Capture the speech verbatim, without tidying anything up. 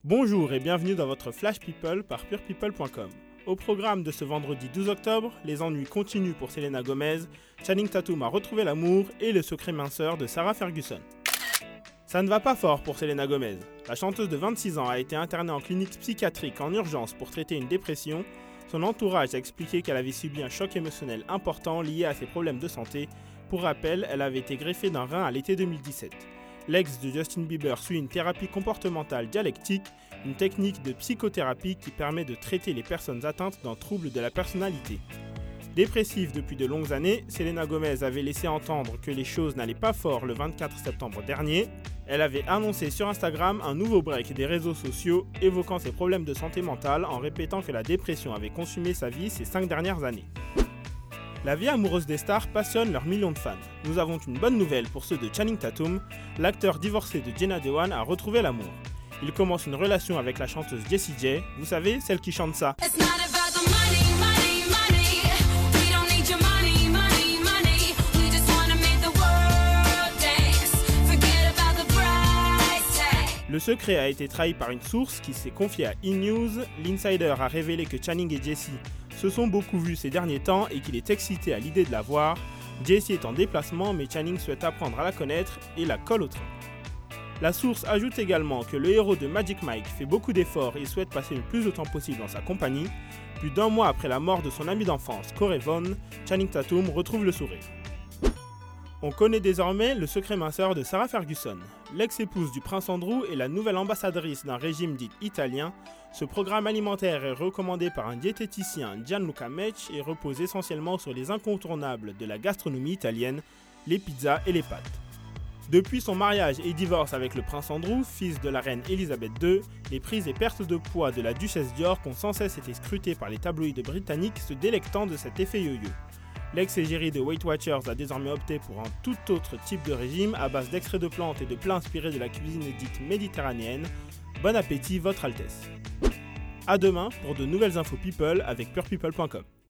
Bonjour et bienvenue dans votre Flash People par pure people point com. Au programme de ce vendredi douze octobre, les ennuis continuent pour Selena Gomez, Channing Tatum a retrouvé l'amour et le secret minceur de Sarah Ferguson. Ça ne va pas fort pour Selena Gomez. La chanteuse de vingt-six ans a été internée en clinique psychiatrique en urgence pour traiter une dépression. Son entourage a expliqué qu'elle avait subi un choc émotionnel important lié à ses problèmes de santé. Pour rappel, elle avait été greffée d'un rein à l'été deux mille dix-sept. L'ex de Justin Bieber suit une thérapie comportementale dialectique, une technique de psychothérapie qui permet de traiter les personnes atteintes d'un trouble de la personnalité. Dépressive depuis de longues années, Selena Gomez avait laissé entendre que les choses n'allaient pas fort le vingt-quatre septembre dernier. Elle avait annoncé sur Instagram un nouveau break des réseaux sociaux, évoquant ses problèmes de santé mentale en répétant que la dépression avait consumé sa vie ces cinq dernières années. La vie amoureuse des stars passionne leurs millions de fans. Nous avons une bonne nouvelle pour ceux de Channing Tatum. L'acteur divorcé de Jenna Dewan a retrouvé l'amour. Il commence une relation avec la chanteuse Jessie J, vous savez, celle qui chante ça. Le secret a été trahi par une source qui s'est confiée à E! News. L'Insider a révélé que Channing et Jessie se sont beaucoup vus ces derniers temps et qu'il est excité à l'idée de la voir. Jessie est en déplacement mais Channing souhaite apprendre à la connaître et la colle au train. La source ajoute également que le héros de Magic Mike fait beaucoup d'efforts et souhaite passer le plus de temps possible dans sa compagnie. Plus d'un mois après la mort de son ami d'enfance, Corey Vaughn, Channing Tatum retrouve le sourire. On connaît désormais le secret minceur de Sarah Ferguson. L'ex-épouse du prince Andrew est la nouvelle ambassadrice d'un régime dit italien. Ce programme alimentaire est recommandé par un diététicien, Gianluca Mech, et repose essentiellement sur les incontournables de la gastronomie italienne, les pizzas et les pâtes. Depuis son mariage et divorce avec le prince Andrew, fils de la reine Elisabeth deux, les prises et pertes de poids de la duchesse d'York ont sans cesse été scrutées par les tabloïds britanniques se délectant de cet effet yo-yo. L'ex-égérie de Weight Watchers a désormais opté pour un tout autre type de régime à base d'extraits de plantes et de plats inspirés de la cuisine dite méditerranéenne. Bon appétit, votre Altesse. A demain pour de nouvelles infos people avec pure people point com.